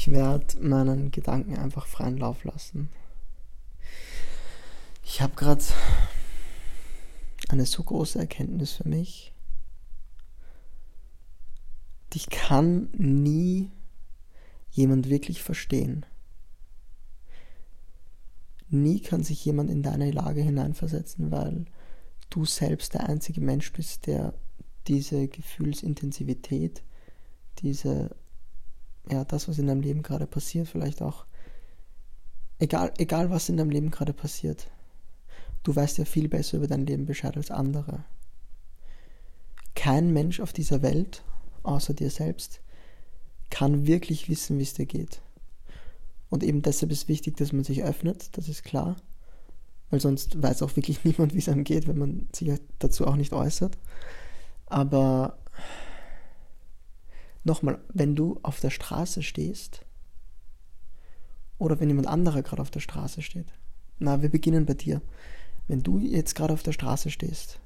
Ich werde meinen Gedanken einfach freien Lauf lassen. Ich habe gerade eine so große Erkenntnis für mich. Dich kann nie jemand wirklich verstehen. Nie kann sich jemand in deine Lage hineinversetzen, weil du selbst der einzige Mensch bist, der diese Gefühlsintensivität, das, was in deinem Leben gerade passiert, vielleicht auch, egal was in deinem Leben gerade passiert, du weißt ja viel besser über dein Leben Bescheid als andere. Kein Mensch auf dieser Welt, außer dir selbst, kann wirklich wissen, wie es dir geht. Und eben deshalb ist wichtig, dass man sich öffnet, das ist klar, weil sonst weiß auch wirklich niemand, wie es einem geht, wenn man sich dazu auch nicht äußert. Aber nochmal, wenn du auf der Straße stehst oder wenn jemand anderer gerade auf der Straße steht, wir beginnen bei dir. Wenn du jetzt gerade auf der Straße stehst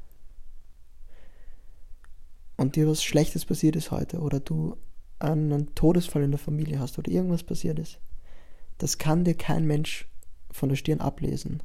und dir was Schlechtes passiert ist heute oder du einen Todesfall in der Familie hast oder irgendwas passiert ist, das kann dir kein Mensch von der Stirn ablesen.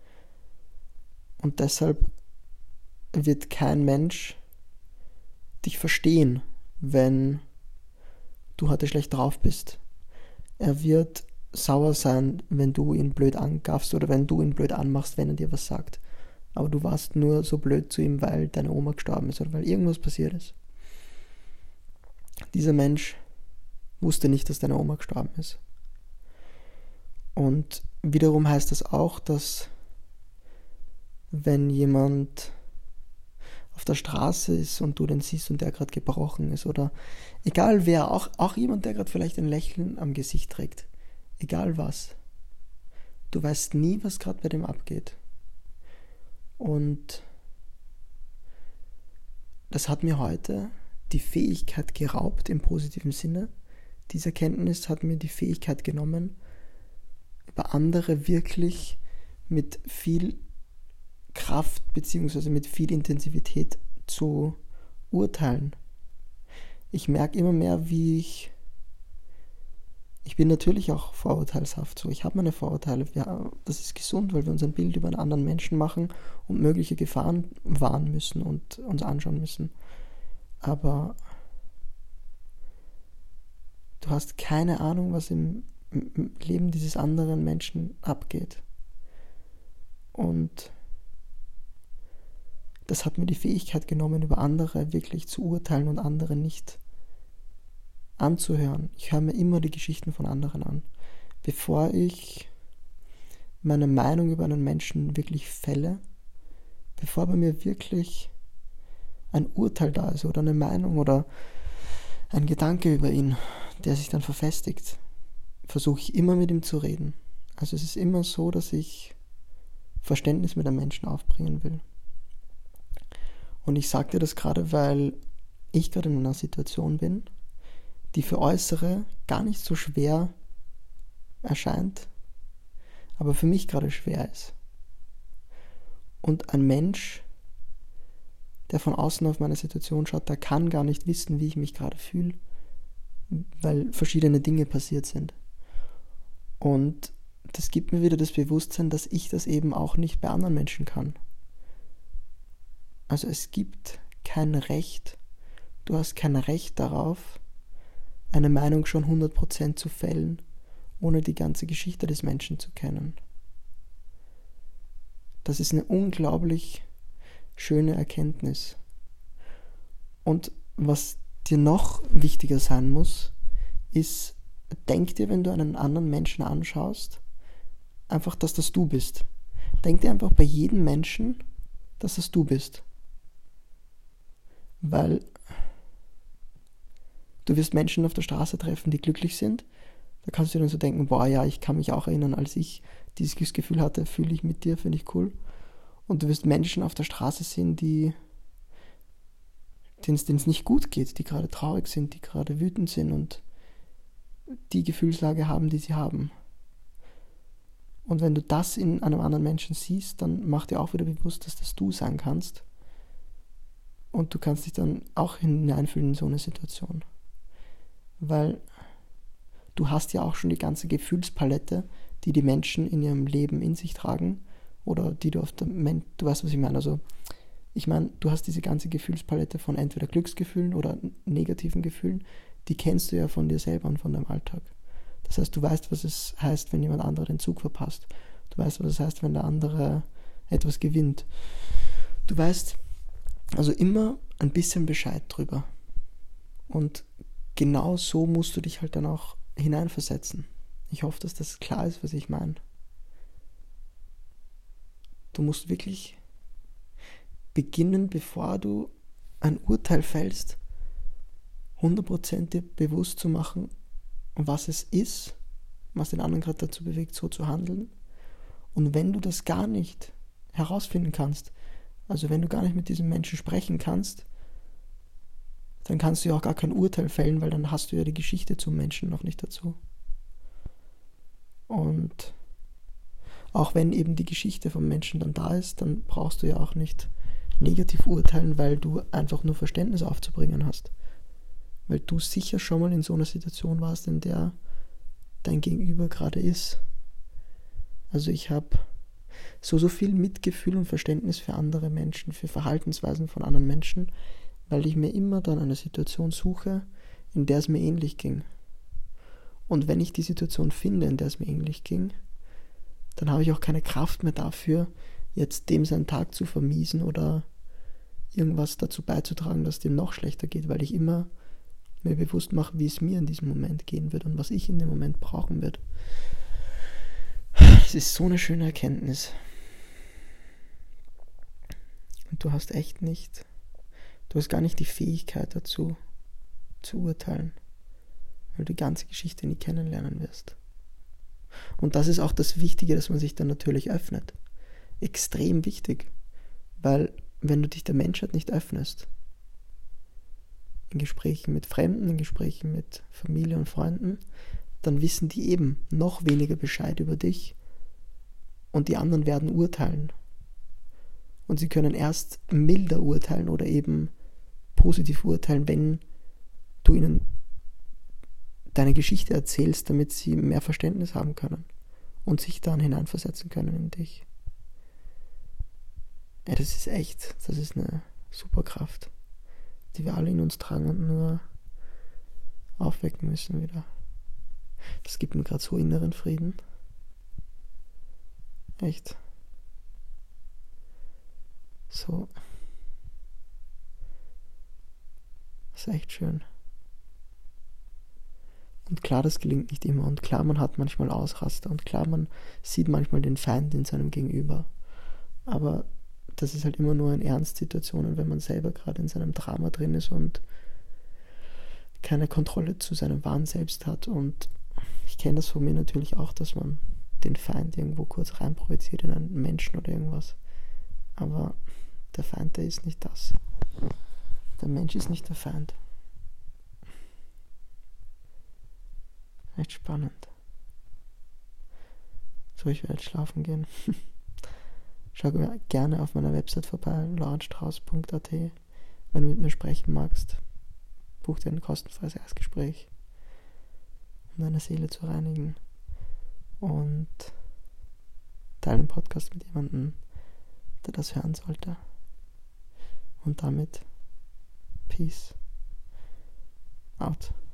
Und deshalb wird kein Mensch dich verstehen, wenn du heute schlecht drauf bist. Er wird sauer sein, wenn du ihn blöd angaffst oder wenn du ihn blöd anmachst, wenn er dir was sagt. Aber du warst nur so blöd zu ihm, weil deine Oma gestorben ist oder weil irgendwas passiert ist. Dieser Mensch wusste nicht, dass deine Oma gestorben ist. Und wiederum heißt das auch, dass wenn jemand auf der Straße ist und du den siehst und der gerade gebrochen ist oder egal wer, auch jemand, der gerade vielleicht ein Lächeln am Gesicht trägt, egal was, du weißt nie, was gerade bei dem abgeht. Und das hat mir heute die Fähigkeit geraubt, im positiven Sinne. Diese Erkenntnis hat mir die Fähigkeit genommen, über andere wirklich mit viel Kraft bzw. mit viel Intensivität zu urteilen. Ich merke immer mehr, wie ich bin natürlich auch vorurteilshaft so. Ich habe meine Vorurteile. Ja, das ist gesund, weil wir uns ein Bild über einen anderen Menschen machen und mögliche Gefahren wahren müssen und uns anschauen müssen. Aber du hast keine Ahnung, was im Leben dieses anderen Menschen abgeht. Und das hat mir die Fähigkeit genommen, über andere wirklich zu urteilen und andere nicht anzuhören. Ich höre mir immer die Geschichten von anderen an, bevor ich meine Meinung über einen Menschen wirklich fälle, bevor bei mir wirklich ein Urteil da ist oder eine Meinung oder ein Gedanke über ihn, der sich dann verfestigt, versuche ich immer mit ihm zu reden. Also es ist immer so, dass ich Verständnis mit einem Menschen aufbringen will. Und ich sage dir das gerade, weil ich gerade in einer Situation bin, die für Äußere gar nicht so schwer erscheint, aber für mich gerade schwer ist. Und ein Mensch, der von außen auf meine Situation schaut, der kann gar nicht wissen, wie ich mich gerade fühle, weil verschiedene Dinge passiert sind. Und das gibt mir wieder das Bewusstsein, dass ich das eben auch nicht bei anderen Menschen kann. Also es gibt kein Recht, du hast kein Recht darauf, eine Meinung schon 100% zu fällen, ohne die ganze Geschichte des Menschen zu kennen. Das ist eine unglaublich schöne Erkenntnis. Und was dir noch wichtiger sein muss, ist, denk dir, wenn du einen anderen Menschen anschaust, einfach, dass das du bist. Denk dir einfach bei jedem Menschen, dass das du bist. Weil du wirst Menschen auf der Straße treffen, die glücklich sind. Da kannst du dir dann so denken, boah, ja, ich kann mich auch erinnern, als ich dieses Gefühl hatte, fühle ich mit dir, finde ich cool. Und du wirst Menschen auf der Straße sehen, denen es nicht gut geht, die gerade traurig sind, die gerade wütend sind und die Gefühlslage haben, die sie haben. Und wenn du das in einem anderen Menschen siehst, dann mach dir auch wieder bewusst, dass das du sein kannst. Und du kannst dich dann auch hineinfühlen in so eine Situation. Weil du hast ja auch schon die ganze Gefühlspalette, die die Menschen in ihrem Leben in sich tragen oder die du du weißt, was ich meine. Also ich meine, du hast diese ganze Gefühlspalette von entweder Glücksgefühlen oder negativen Gefühlen, die kennst du ja von dir selber und von deinem Alltag. Das heißt, du weißt, was es heißt, wenn jemand anderer den Zug verpasst. Du weißt, was es heißt, wenn der andere etwas gewinnt. Du weißt also immer ein bisschen Bescheid drüber. Und genau so musst du dich halt dann auch hineinversetzen. Ich hoffe, dass das klar ist, was ich meine. Du musst wirklich beginnen, bevor du ein Urteil fällst, 100% bewusst zu machen, was es ist, was den anderen gerade dazu bewegt, so zu handeln. Und wenn du das gar nicht herausfinden kannst, also wenn du gar nicht mit diesem Menschen sprechen kannst, dann kannst du ja auch gar kein Urteil fällen, weil dann hast du ja die Geschichte zum Menschen noch nicht dazu. Und auch wenn eben die Geschichte vom Menschen dann da ist, dann brauchst du ja auch nicht negativ urteilen, weil du einfach nur Verständnis aufzubringen hast. Weil du sicher schon mal in so einer Situation warst, in der dein Gegenüber gerade ist. Also ich habe so viel Mitgefühl und Verständnis für andere Menschen, für Verhaltensweisen von anderen Menschen, weil ich mir immer dann eine Situation suche, in der es mir ähnlich ging. Und wenn ich die Situation finde, in der es mir ähnlich ging, dann habe ich auch keine Kraft mehr dafür, jetzt dem seinen Tag zu vermiesen oder irgendwas dazu beizutragen, dass dem noch schlechter geht, weil ich immer mir bewusst mache, wie es mir in diesem Moment gehen wird und was ich in dem Moment brauchen werde. Das ist so eine schöne Erkenntnis. Und du hast gar nicht die Fähigkeit dazu, zu urteilen, weil du die ganze Geschichte nie kennenlernen wirst. Und das ist auch das Wichtige, dass man sich dann natürlich öffnet. Extrem wichtig, weil wenn du dich der Menschheit nicht öffnest, in Gesprächen mit Fremden, in Gesprächen mit Familie und Freunden, dann wissen die eben noch weniger Bescheid über dich und die anderen werden urteilen. Und sie können erst milder urteilen oder eben positiv urteilen, wenn du ihnen deine Geschichte erzählst, damit sie mehr Verständnis haben können und sich dann hineinversetzen können in dich. Ja, das ist eine super Kraft, die wir alle in uns tragen und nur aufwecken müssen wieder. Das gibt mir gerade so inneren Frieden. Echt. So. Das ist echt schön. Und klar, das gelingt nicht immer. Und klar, man hat manchmal Ausraster. Und klar, man sieht manchmal den Feind in seinem Gegenüber. Aber das ist halt immer nur in Ernstsituationen, wenn man selber gerade in seinem Drama drin ist und keine Kontrolle zu seinem wahren Selbst hat. Und ich kenne das von mir natürlich auch, dass man den Feind irgendwo kurz reinprojiziert in einen Menschen oder irgendwas. Aber der Feind, der ist nicht das. Der Mensch ist nicht der Feind. Echt spannend. So, ich werde jetzt schlafen gehen. Schau mir gerne auf meiner Website vorbei, laurenstrauss.at. Wenn du mit mir sprechen magst, buch dir ein kostenfreies Erstgespräch, um deine Seele zu reinigen. Und teile den Podcast mit jemandem, der das hören sollte. Und damit Peace out.